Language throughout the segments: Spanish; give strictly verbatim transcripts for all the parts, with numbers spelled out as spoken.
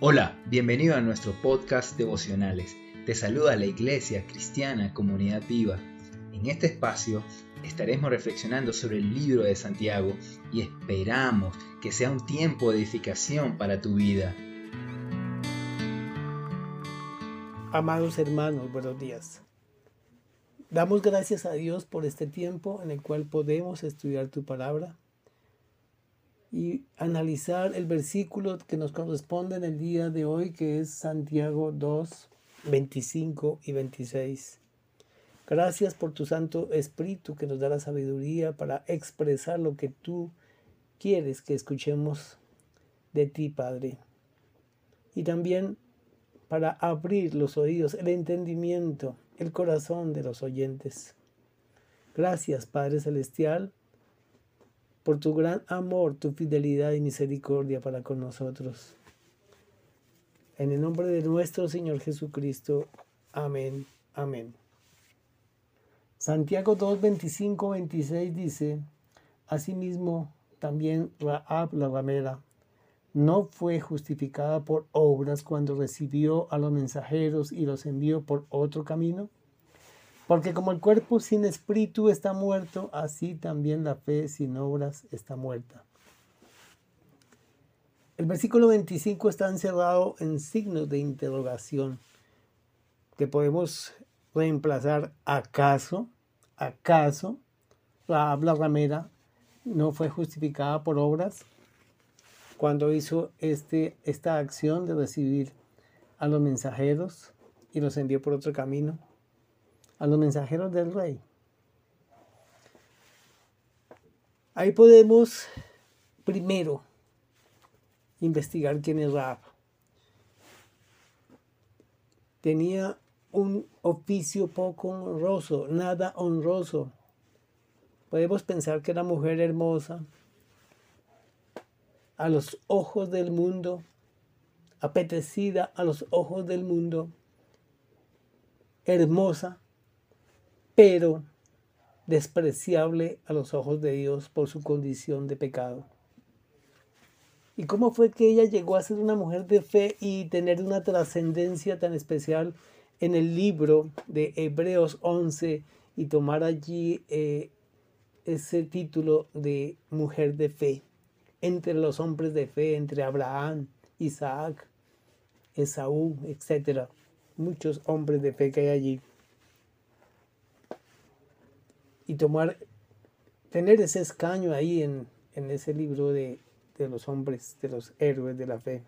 Hola, bienvenido a nuestro podcast devocionales. Te saluda la Iglesia Cristiana Comunidad Viva. En este espacio estaremos reflexionando sobre el libro de Santiago y esperamos que sea un tiempo de edificación para tu vida. Amados hermanos, buenos días. Damos gracias a Dios por este tiempo en el cual podemos estudiar tu palabra y analizar el versículo que nos corresponde en el día de hoy, que es Santiago dos, veinticinco y veintiséis. Gracias por tu Santo Espíritu que nos da la sabiduría para expresar lo que tú quieres que escuchemos de ti, Padre. Y también para abrir los oídos, el entendimiento, el corazón de los oyentes. Gracias, Padre Celestial, por tu gran amor, tu fidelidad y misericordia para con nosotros. En el nombre de nuestro Señor Jesucristo. Amén. Amén. Santiago dos, veinticinco, veintiséis dice: Asimismo, también Rahab la ramera no fue justificada por obras cuando recibió a los mensajeros y los envió por otro camino. Porque como el cuerpo sin espíritu está muerto, así también la fe sin obras está muerta. El versículo veinticinco está encerrado en signos de interrogación que podemos reemplazar: ¿acaso, acaso Rahab la ramera no fue justificada por obras cuando hizo este, esta acción de recibir a los mensajeros y los envió por otro camino? A los mensajeros del rey. Ahí podemos primero investigar quién es Rahab. Tenía un oficio poco honroso, nada honroso. Podemos pensar que era mujer hermosa, a los ojos del mundo, apetecida a los ojos del mundo, hermosa, pero despreciable a los ojos de Dios por su condición de pecado. ¿Y cómo fue que ella llegó a ser una mujer de fe y tener una trascendencia tan especial en el libro de Hebreos once y tomar allí eh, ese título de mujer de fe? Entre los hombres de fe, entre Abraham, Isaac, Esaú, etcétera. Muchos hombres de fe que hay allí. Y tomar, tener ese escaño ahí en, en ese libro de, de los hombres, de los héroes de la fe.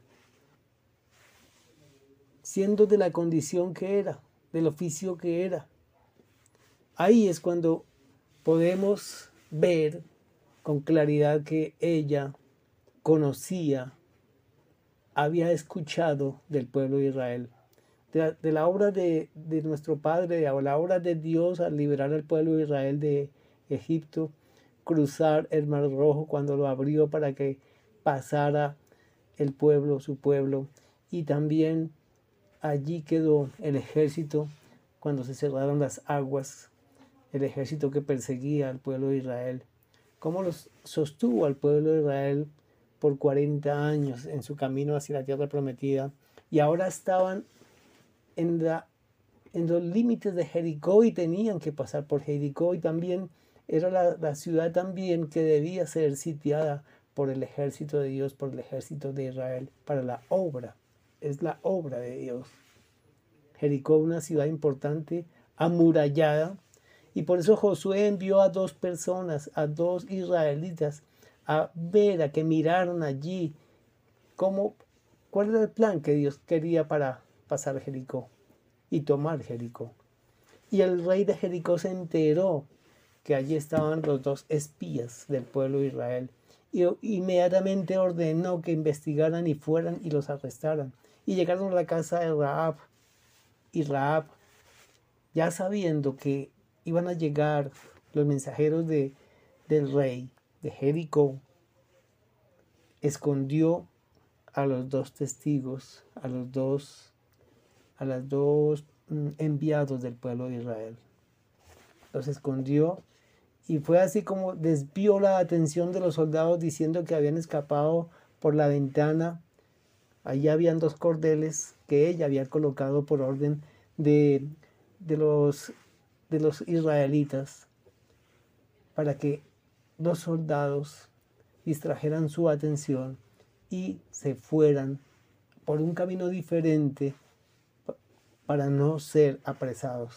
Siendo de la condición que era, del oficio que era. Ahí es cuando podemos ver con claridad que ella conocía, había escuchado del pueblo de Israel. De la, de la obra de, de nuestro Padre, de la obra de Dios al liberar al pueblo de Israel de Egipto, cruzar el Mar Rojo cuando lo abrió para que pasara el pueblo, su pueblo, y también allí quedó el ejército cuando se cerraron las aguas, el ejército que perseguía al pueblo de Israel. Cómo los sostuvo al pueblo de Israel por cuarenta años en su camino hacia la tierra prometida, y ahora estaban En, la, en los límites de Jericó y tenían que pasar por Jericó, y también era la, la ciudad también que debía ser sitiada por el ejército de Dios, por el ejército de Israel, para la obra. Es la obra de Dios. Jericó, una ciudad importante, amurallada, y por eso Josué envió a dos personas, a dos israelitas, a ver, a que miraron allí cómo, cuál era el plan que Dios quería para pasar Jericó y tomar Jericó. Y el rey de Jericó se enteró que allí estaban los dos espías del pueblo de Israel, y inmediatamente ordenó que investigaran y fueran y los arrestaran. Y llegaron a la casa de Rahab, y Rahab, ya sabiendo que iban a llegar los mensajeros de, del rey de Jericó, escondió a los dos testigos, a los dos a los dos mm, enviados del pueblo de Israel. Los escondió, y fue así como desvió la atención de los soldados diciendo que habían escapado por la ventana Allí habían dos cordeles que ella había colocado por orden de, de, los, de los israelitas para que los soldados distrajeran su atención y se fueran por un camino diferente para no ser apresados.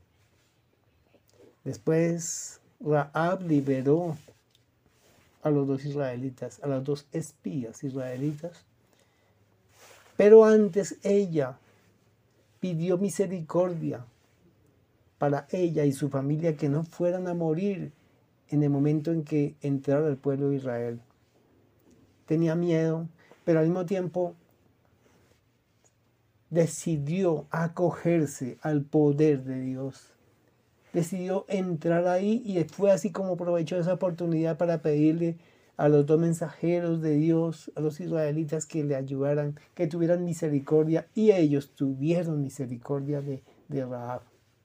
Después Rahab liberó a los dos israelitas, a los dos espías israelitas, pero antes ella pidió misericordia para ella y su familia, que no fueran a morir en el momento en que entrara el pueblo de Israel. Tenía miedo, pero al mismo tiempo decidió acogerse al poder de Dios. Decidió entrar ahí y fue así como aprovechó esa oportunidad para pedirle a los dos mensajeros de Dios, a los israelitas, que le ayudaran, que tuvieran misericordia, y ellos tuvieron misericordia de, de Rahab.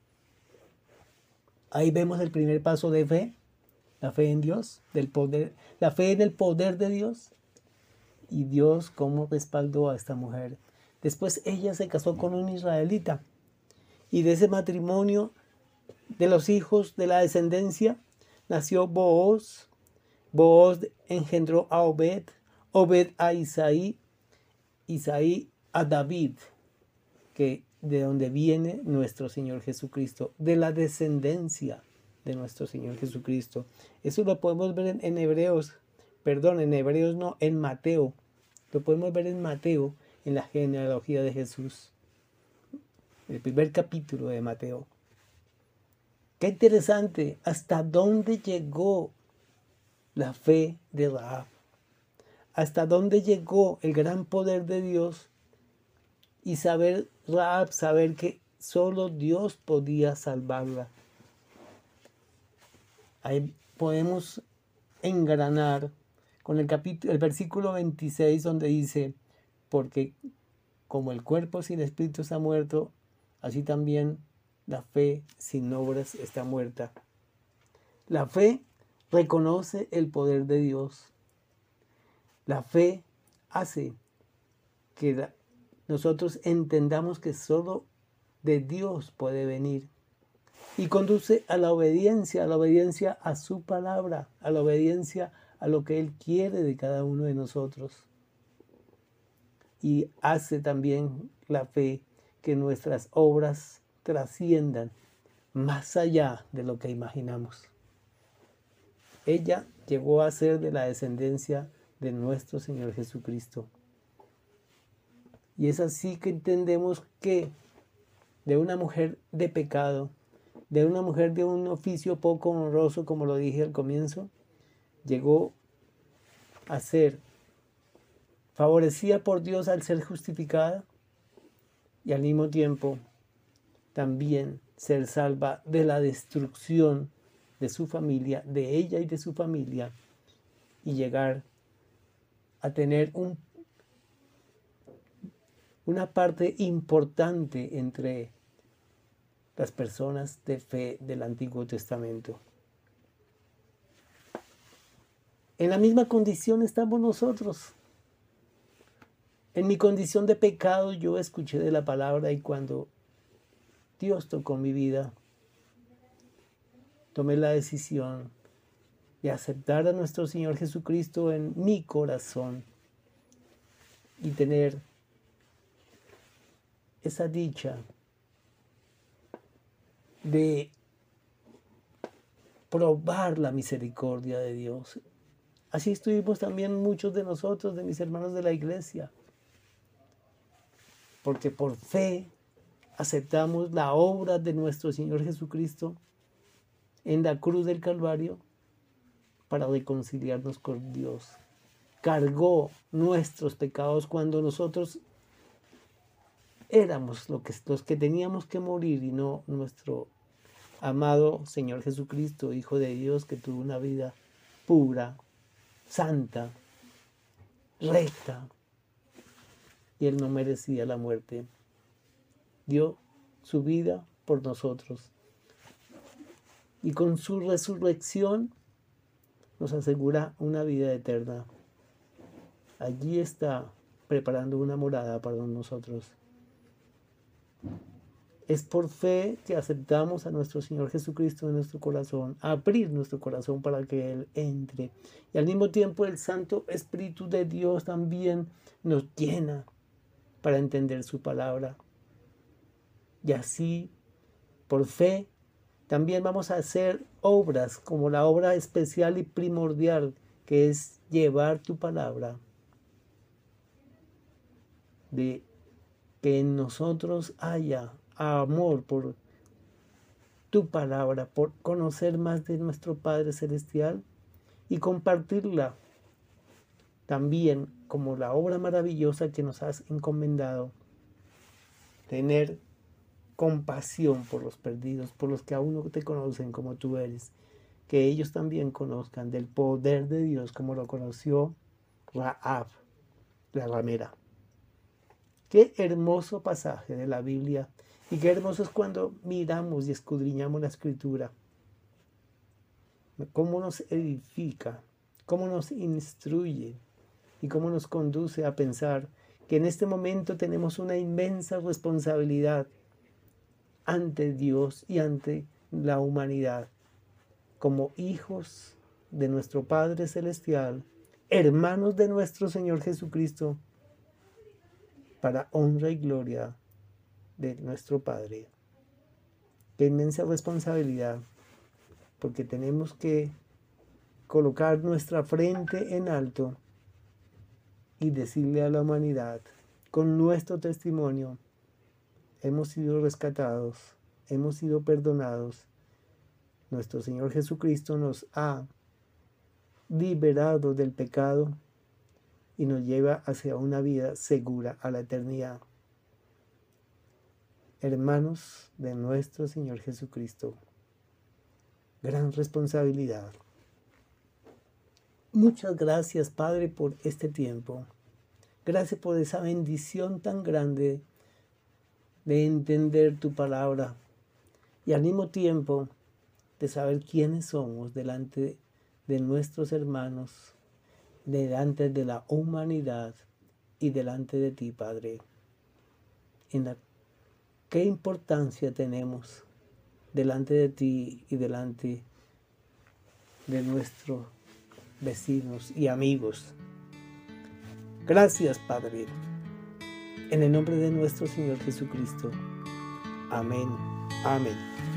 Ahí vemos el primer paso de fe, la fe en Dios, del poder, la fe en el poder de Dios, y Dios cómo respaldó a esta mujer. Después ella se casó con un israelita, y de ese matrimonio, de los hijos de la descendencia, nació Booz. Booz engendró a Obed, Obed a Isaí, Isaí a David, que de donde viene nuestro Señor Jesucristo, de la descendencia de nuestro Señor Jesucristo. Eso lo podemos ver en, en Hebreos, perdón, en Hebreos no, en Mateo. Lo podemos ver en Mateo, en la genealogía de Jesús, el primer capítulo de Mateo. Qué interesante, hasta dónde llegó la fe de Rahab, hasta dónde llegó el gran poder de Dios, y saber Rahab, saber que solo Dios podía salvarla. Ahí podemos engranar con el capítulo, el versículo veintiséis, donde dice: porque como el cuerpo sin espíritu está muerto, así también la fe sin obras está muerta. La fe reconoce el poder de Dios. La fe hace que la, nosotros entendamos que solo de Dios puede venir, y conduce a la obediencia, a la obediencia a su palabra, a la obediencia a lo que Él quiere de cada uno de nosotros. Y hace también la fe que nuestras obras trasciendan más allá de lo que imaginamos. Ella llegó a ser de la descendencia de nuestro Señor Jesucristo. Y es así que entendemos que de una mujer de pecado, de una mujer de un oficio poco honroso, como lo dije al comienzo, llegó a ser favorecida por Dios al ser justificada, y al mismo tiempo también ser salva de la destrucción de su familia, de ella y de su familia, y llegar a tener un, una parte importante entre las personas de fe del Antiguo Testamento. En la misma condición estamos nosotros. En mi condición de pecado yo escuché de la palabra, y cuando Dios tocó mi vida, tomé la decisión de aceptar a nuestro Señor Jesucristo en mi corazón y tener esa dicha de probar la misericordia de Dios. Así estuvimos también muchos de nosotros, de mis hermanos de la iglesia, porque por fe aceptamos la obra de nuestro Señor Jesucristo en la cruz del Calvario para reconciliarnos con Dios. Cargó nuestros pecados cuando nosotros éramos lo que, los que teníamos que morir, y no nuestro amado Señor Jesucristo, Hijo de Dios, que tuvo una vida pura, santa, recta, y Él no merecía la muerte. Dio su vida por nosotros, y con su resurrección nos asegura una vida eterna. Allí está preparando una morada para nosotros. Es por fe que aceptamos a nuestro Señor Jesucristo en nuestro corazón, abrir nuestro corazón para que Él entre. Y al mismo tiempo el Santo Espíritu de Dios también nos llena para entender su palabra. Y así, por fe, también vamos a hacer obras como la obra especial y primordial que es llevar tu palabra, de que en nosotros haya amor por tu palabra, por conocer más de nuestro Padre Celestial y compartirla también como la obra maravillosa que nos has encomendado. Tener compasión por los perdidos, por los que aún no te conocen como tú eres, que ellos también conozcan del poder de Dios como lo conoció Rahab, la ramera. Qué hermoso pasaje de la Biblia y qué hermoso es cuando miramos y escudriñamos la Escritura. Cómo nos edifica, cómo nos instruye y cómo nos conduce a pensar que en este momento tenemos una inmensa responsabilidad ante Dios y ante la humanidad, como hijos de nuestro Padre Celestial, hermanos de nuestro Señor Jesucristo, para honra y gloria de nuestro Padre. Qué inmensa responsabilidad, porque tenemos que colocar nuestra frente en alto y decirle a la humanidad, con nuestro testimonio, hemos sido rescatados, hemos sido perdonados. Nuestro Señor Jesucristo nos ha liberado del pecado y nos lleva hacia una vida segura a la eternidad. Hermanos de nuestro Señor Jesucristo, gran responsabilidad. Muchas gracias, Padre, por este tiempo. Gracias por esa bendición tan grande de entender tu palabra y al mismo tiempo de saber quiénes somos delante de nuestros hermanos, delante de la humanidad y delante de ti, Padre. En la, qué importancia tenemos delante de ti y delante de nuestros vecinos y amigos. Gracias, Padre. En el nombre de nuestro Señor Jesucristo. Amén. Amén.